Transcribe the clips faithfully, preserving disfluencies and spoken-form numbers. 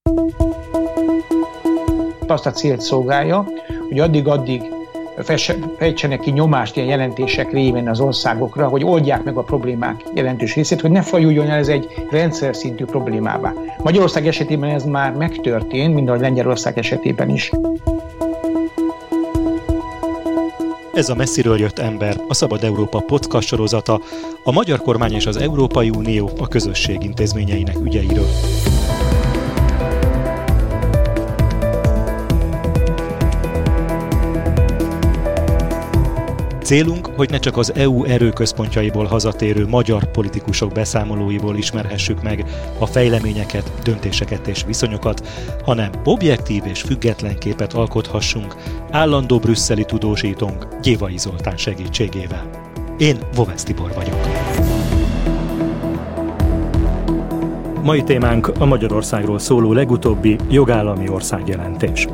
Azt a célt szolgálja, hogy addig-addig fejtsenek ki nyomást ilyen jelentések révén az országokra, hogy oldják meg a problémák jelentős részét, hogy ne fajuljon el ez egy rendszer szintű problémává. Magyarország esetében ez már megtörtént, mint ahogy Lengyelország esetében is. Ez a Messziről jött ember, a Szabad Európa podcast sorozata, a magyar kormány és az Európai Unió a közösség intézményeinek ügyeiről. Célunk, hogy ne csak az é u erőközpontjaiból hazatérő magyar politikusok beszámolóiból ismerhessük meg a fejleményeket, döntéseket és viszonyokat, hanem objektív és független képet alkothassunk állandó brüsszeli tudósítónk Gyévai Zoltán segítségével. Én Vovesz Tibor vagyok. Mai témánk a Magyarországról szóló legutóbbi jogállami országjelentés.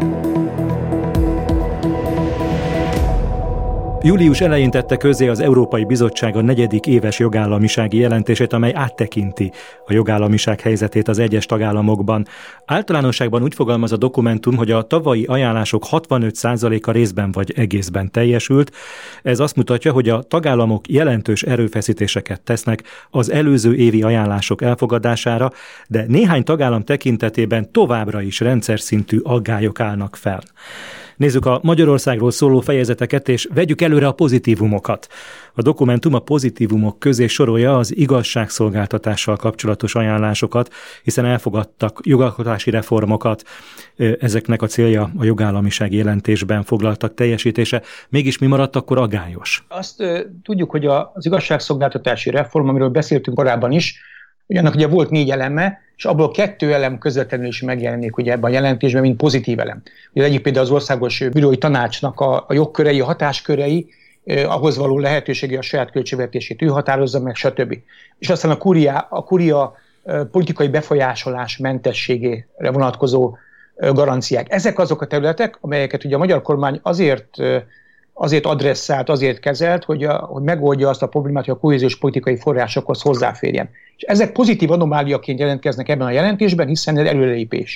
Július elején tette közzé az Európai Bizottság a negyedik éves jogállamisági jelentését, amely áttekinti a jogállamiság helyzetét az egyes tagállamokban. Általánosságban úgy fogalmaz a dokumentum, hogy a tavalyi ajánlások hatvanöt százaléka részben vagy egészben teljesült. Ez azt mutatja, hogy a tagállamok jelentős erőfeszítéseket tesznek az előző évi ajánlások elfogadására, de néhány tagállam tekintetében továbbra is rendszer szintű aggályok állnak fel. Nézzük a Magyarországról szóló fejezeteket, és vegyük előre a pozitívumokat. A dokumentum a pozitívumok közé sorolja az igazságszolgáltatással kapcsolatos ajánlásokat, hiszen elfogadtak jogalkotási reformokat. Ezeknek a célja a jogállamisági jelentésben foglaltak teljesítése. Mégis mi maradt akkor aggályos? Azt uh, tudjuk, hogy az igazságszolgáltatási reform, amiről beszéltünk korábban is, hogy annak ugye volt négy eleme, és abból kettő elem közvetlenül is megjelenik ugye ebben a jelentésben, mint pozitív elem. Ugye egyik például az Országos Bírói Tanácsnak a, a jogkörei, a hatáskörei, eh, ahhoz való lehetősége, a saját költségvetését ő határozza meg, stb. És aztán a kuria, a kuria eh, politikai befolyásolás mentességére vonatkozó eh, garanciák. Ezek azok a területek, amelyeket ugye a magyar kormány azért eh, azért adresszált, azért kezelt, hogy, a, hogy megoldja azt a problémát, hogy a kohéziós politikai forrásokhoz hozzáférjen. És ezek pozitív anomáliaként jelentkeznek ebben a jelentésben, hiszen ez előrelépés.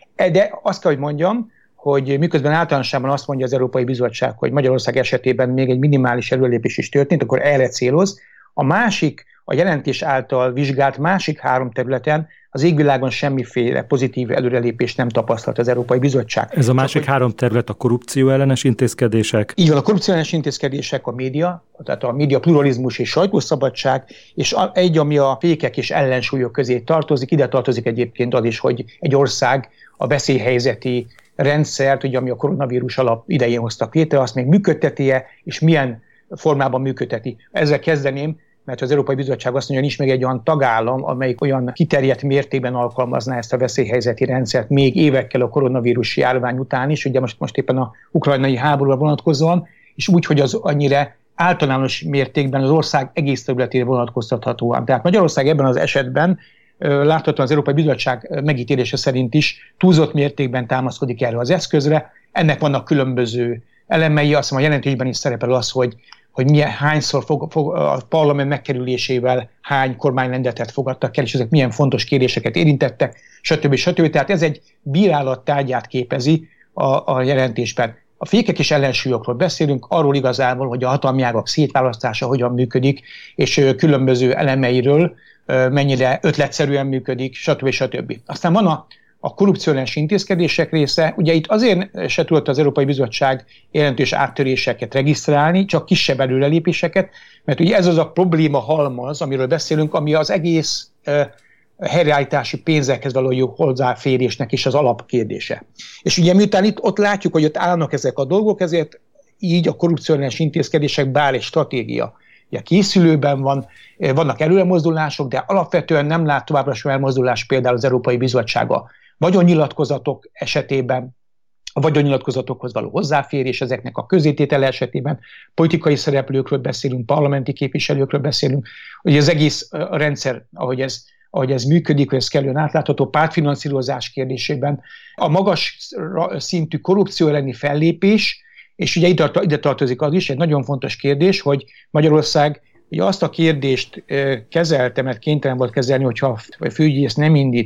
De azt kell, hogy mondjam, hogy miközben általánosságban azt mondja az Európai Bizottság, hogy Magyarország esetében még egy minimális előrelépés is történt, akkor erre céloz. A másik, a jelentés által vizsgált másik három területen az égvilágon semmiféle pozitív előrelépést nem tapasztalt az Európai Bizottság. Ez a másik Csak, három terület a korrupció ellenes intézkedések? Így van, a korrupció ellenes intézkedések, a média, tehát a média pluralizmus és sajtószabadság, és egy, ami a fékek és ellensúlyok közé tartozik, ide tartozik egyébként az is, hogy egy ország a veszélyhelyzeti rendszert, ugye, ami a koronavírus alap idején hoztak létre, azt még működteti-e, és milyen formában működteti. Ezzel kezdeném, mert az Európai Bizottság azt mondja, hogy nincs még egy olyan tagállam, amelyik olyan kiterjedt mértékben alkalmazná ezt a veszélyhelyzeti rendszert még évekkel a koronavírus járvány után is, ugye most, most éppen a ukrajnai háborúra vonatkozóan, és úgy, hogy az annyira általános mértékben az ország egész területére vonatkoztathatóan. Tehát Magyarország ebben az esetben láthatóan az Európai Bizottság megítélése szerint is túlzott mértékben támaszkodik erre az eszközre. Ennek vannak különböző elemei, azt hiszem a jelentésben is szerepel az, hogy hogy milyen, hányszor fog, fog, a parlament megkerülésével hány kormányrendetet fogadtak el, és ezek milyen fontos kérdéseket érintettek, stb. stb. Tehát ez egy bírálat tárgyát képezi a, a jelentésben. A fékek és ellensúlyokról beszélünk, arról igazából, hogy a hatalmi ágak szétválasztása hogyan működik, és különböző elemeiről mennyire ötletszerűen működik, stb. stb. Aztán van a A korrupciós intézkedések része, ugye itt azért se tudott az Európai Bizottság jelentős áttöréseket regisztrálni, csak kisebb előrelépéseket, mert ugye ez az a probléma halmaz, amiről beszélünk, ami az egész uh, helyreállítási pénzekhez való jó hozzáférésnek is az alapkérdése. És ugye miután itt ott látjuk, hogy ott állnak ezek a dolgok, ezért így a korrupciós intézkedések bár egy stratégia. Ugye készülőben van, vannak előremozdulások, de alapvetően nem lát továbbra sem elmozdulás például az Európai Bizottsága vagyonnyilatkozatok esetében, a vagyonnyilatkozatokhoz való hozzáférés, ezeknek a közététele esetében, politikai szereplőkről beszélünk, parlamenti képviselőkről beszélünk, hogy az egész rendszer, ahogy ez, ahogy ez működik, hogy ez kellően átlátható, pártfinanszírozás kérdésében, a magas szintű korrupció elleni fellépés, és ugye ide tartozik az is, egy nagyon fontos kérdés, hogy Magyarország ugye azt a kérdést kezelte, mert kénytelen volt kezelni, hogyha a főügyész nem indít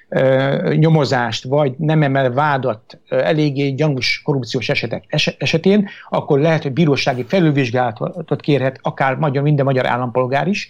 nyomozást, vagy nem emel vádat eléggé gyanús korrupciós esetek esetén, akkor lehet, hogy bírósági felülvizsgálatot kérhet akár magyar, minden magyar állampolgár is.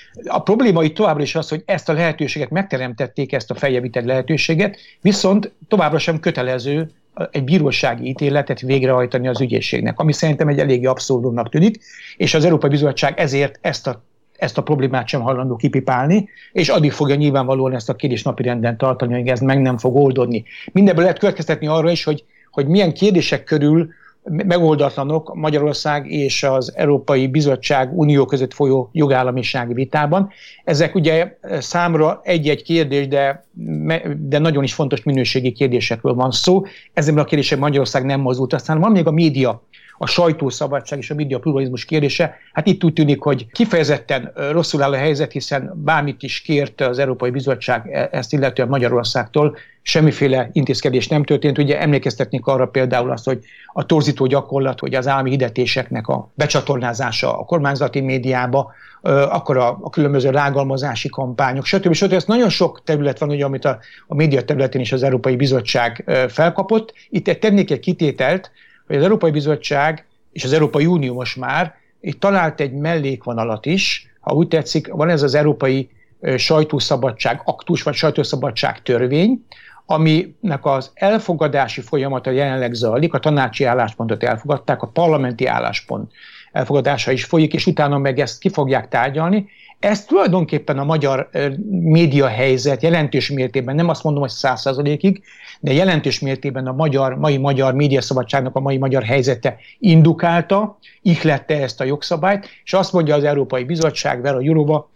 A probléma itt továbbra is az, hogy ezt a lehetőséget megteremtették, ezt a feljavített lehetőséget, viszont továbbra sem kötelező egy bírósági ítéletet végrehajtani az ügyészségnek, ami szerintem egy eléggé abszurdumnak tűnik, és az Európai Bizottság ezért ezt a ezt a problémát sem hajlandó kipipálni, és addig fogja nyilvánvalóan ezt a kérdést napirenden tartani, hogy ez meg nem fog oldódni. Mindebből lehet következtetni arra is, hogy, hogy milyen kérdések körül megoldatlanok Magyarország és az Európai Bizottság Unió között folyó jogállamisági vitában. Ezek ugye számra egy-egy kérdés, de, de nagyon is fontos minőségi kérdésekről van szó. Ezekben a kérdésekben Magyarország nem mozdult. Aztán van még a média, a sajtószabadság és a média pluralizmus kérdése. Hát itt úgy tűnik, hogy kifejezetten rosszul áll a helyzet, hiszen bármit is kért az Európai Bizottság ezt illetően Magyarországtól, semmiféle intézkedés nem történt. Ugye emlékeztetnék arra például azt, hogy a torzító gyakorlat, hogy az állami hirdetéseknek a becsatornázása a kormányzati médiába, akkor a, a különböző rágalmazási kampányok, stb. stb. Ez nagyon sok terület van, ugye, amit a, a média területén is az Európai Bizottság felkapott. Itt tennék egy kitételt, hogy az Európai Bizottság és az Európai Unió most már itt talált egy mellékvonalat is, ha úgy tetszik, van ez az Európai Sajtószabadság Aktus, vagy Sajtószabadság Törvény, aminek az elfogadási folyamata jelenleg zajlik, a tanácsi álláspontot elfogadták, a parlamenti álláspont elfogadása is folyik, és utána meg ezt ki fogják tárgyalni. Ez tulajdonképpen a magyar média helyzet jelentős mértékben, nem azt mondom, hogy száz százalékig, de jelentős mértékben a magyar, mai magyar médiaszabadságnak a mai magyar helyzete indukálta, ihlette ezt a jogszabályt, és azt mondja az Európai Bizottság, Vera Jourova,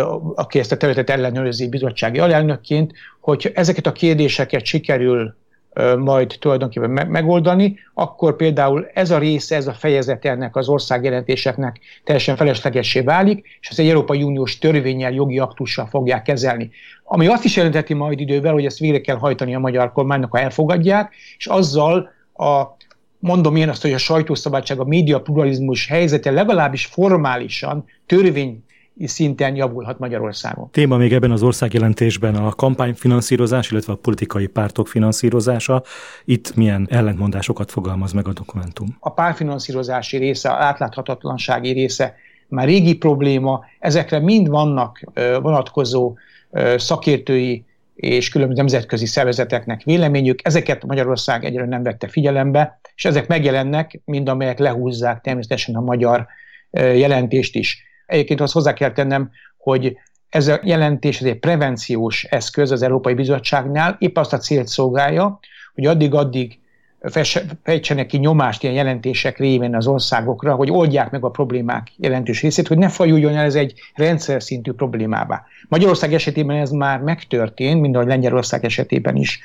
aki ezt a területet ellenőrzi bizottsági alelnökként, hogy ezeket a kérdéseket sikerül majd tulajdonképpen megoldani, akkor például ez a része, ez a fejezet ennek az országjelentéseknek teljesen feleslegessé válik, és ezt egy Európai Uniós törvénnyel, jogi aktussal fogják kezelni. Ami azt is jelenteti majd idővel, hogy ezt végre kell hajtani a magyar kormánynak, ha elfogadják, és azzal a, mondom én azt, hogy a sajtószabadság, a média pluralizmus helyzete legalábbis formálisan törvény szinten javulhat Magyarországon. Téma még ebben az országjelentésben a kampányfinanszírozás, illetve a politikai pártok finanszírozása. Itt milyen ellentmondásokat fogalmaz meg a dokumentum? A pártfinanszírozási része, az átláthatatlansági része már régi probléma, ezekre mind vannak vonatkozó szakértői és különböző nemzetközi szervezeteknek véleményük. Ezeket Magyarország egyre nem vette figyelembe, és ezek megjelennek, mind amelyek lehúzzák természetesen a magyar jelentést is. Egyébként azt hozzá kell tennem, hogy ez a jelentés ez egy prevenciós eszköz az Európai Bizottságnál, épp azt a célt szolgálja, hogy addig-addig fejtsenek ki nyomást ilyen jelentések révén az országokra, hogy oldják meg a problémák jelentős részét, hogy ne fajuljon el ez egy rendszer szintű problémává. Magyarország esetében ez már megtörtént, mint ahogy Lengyelország esetében is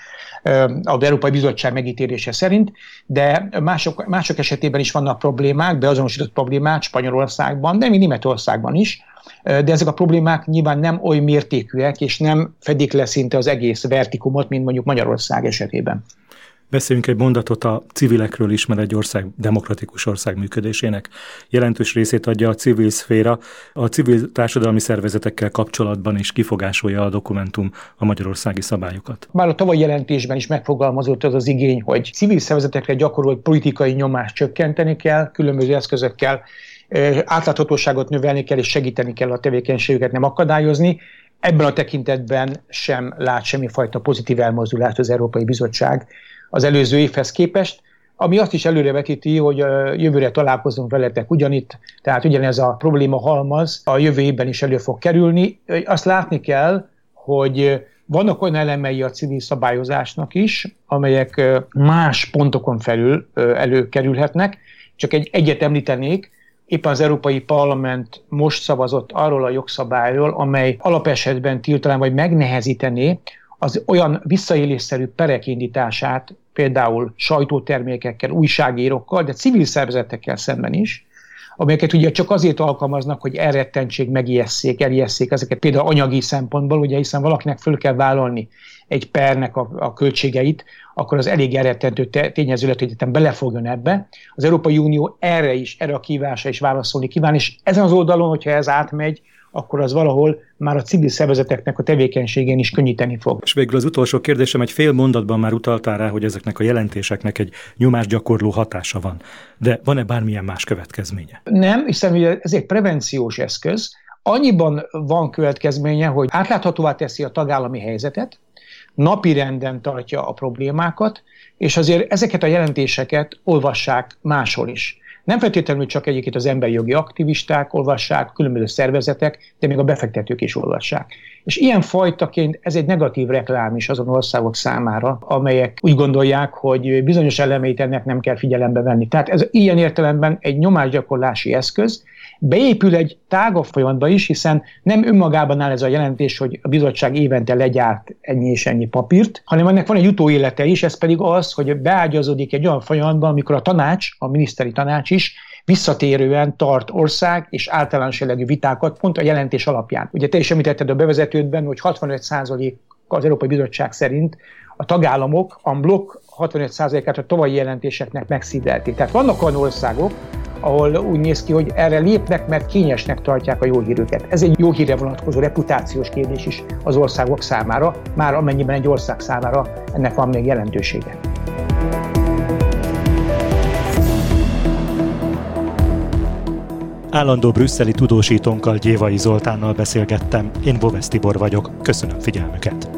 az Európai Bizottság megítélése szerint, de mások, mások esetében is vannak problémák, beazonosított problémák Spanyolországban, de még Németországban is, de ezek a problémák nyilván nem oly mértékűek, és nem fedik le szinte az egész vertikumot, mint mondjuk Magyarország esetében. Beszéljünk egy mondatot a civilekről is, mert egy ország, demokratikus ország működésének jelentős részét adja a civil szféra. A civil társadalmi szervezetekkel kapcsolatban is kifogásolja a dokumentum a magyarországi szabályokat. Már a tavalyi jelentésben is megfogalmazott az az igény, hogy civil szervezetekre gyakorolt politikai nyomást csökkenteni kell, különböző eszközökkel átláthatóságot növelni kell és segíteni kell a tevékenységüket, nem akadályozni. Ebben a tekintetben sem lát semmifajta pozitív elmozdulást az Európai Bizottság az előző évhez képest, ami azt is előrevetíti, hogy jövőre találkozunk veletek ugyanitt, tehát ugyanez a probléma halmaz a jövő évben is elő fog kerülni. Azt látni kell, hogy vannak olyan elemei a civil szabályozásnak is, amelyek más pontokon felül előkerülhetnek. Csak egy, egyet említenék, éppen az Európai Parlament most szavazott arról a jogszabályról, amely alapesetben tiltanán vagy megnehezítené az olyan visszaélésszerű perek indítását, például sajtótermékekkel, újságírókkal, de civil szervezetekkel szemben is, amelyeket ugye csak azért alkalmaznak, hogy elrettentség, megijesszék, elijesszék ezeket például anyagi szempontból, ugye hiszen valakinek föl kell vállalni egy pernek a, a költségeit, akkor az elég elrettentő tényező lett, hogy belefogjon ebbe. Az Európai Unió erre is, erre a kívásra is válaszolni kíván, és ezen az oldalon, hogyha ez átmegy, akkor az valahol már a civil szervezeteknek a tevékenységén is könnyíteni fog. És végül az utolsó kérdésem, egy fél mondatban már utaltál rá, hogy ezeknek a jelentéseknek egy nyomásgyakorló hatása van. De van-e bármilyen más következménye? Nem, hiszen ez egy prevenciós eszköz. Annyiban van következménye, hogy átláthatóvá teszi a tagállami helyzetet, napirenden tartja a problémákat, és azért ezeket a jelentéseket olvassák máshol is. Nem feltétlenül csak egyébként az emberi jogi aktivisták olvassák, különböző szervezetek, de még a befektetők is olvassák. És ilyen fajtaként ez egy negatív reklám is azon országok számára, amelyek úgy gondolják, hogy bizonyos elemeit ennek nem kell figyelembe venni. Tehát ez ilyen értelemben egy nyomásgyakorlási eszköz, beépül egy tágabb folyamatba is, hiszen nem önmagában áll ez a jelentés, hogy a bizottság évente legyárt ennyi és ennyi papírt, hanem ennek van egy utóélete is, ez pedig az, hogy beágyazódik egy olyan folyamatban, amikor a tanács, a miniszteri tanács is visszatérően tart ország és általános jellegű vitákat pont a jelentés alapján. Ugye te is említetted a bevezetődben, hogy hatvanöt százalék az Európai Bizottság szerint a tagállamok en bloc hatvanöt százalékát a tavalyi jelentéseknek megszívelték. Tehát vannak olyan országok, ahol úgy néz ki, hogy erre lépnek, mert kényesnek tartják a jó hírüket. Ez egy jó hírre vonatkozó reputációs kérdés is az országok számára, már amennyiben egy ország számára ennek van még jelentősége. Állandó brüsszeli tudósítónkkal, Gyévai Zoltánnal beszélgettem. Én Bovesz Tibor vagyok. Köszönöm figyelmüket.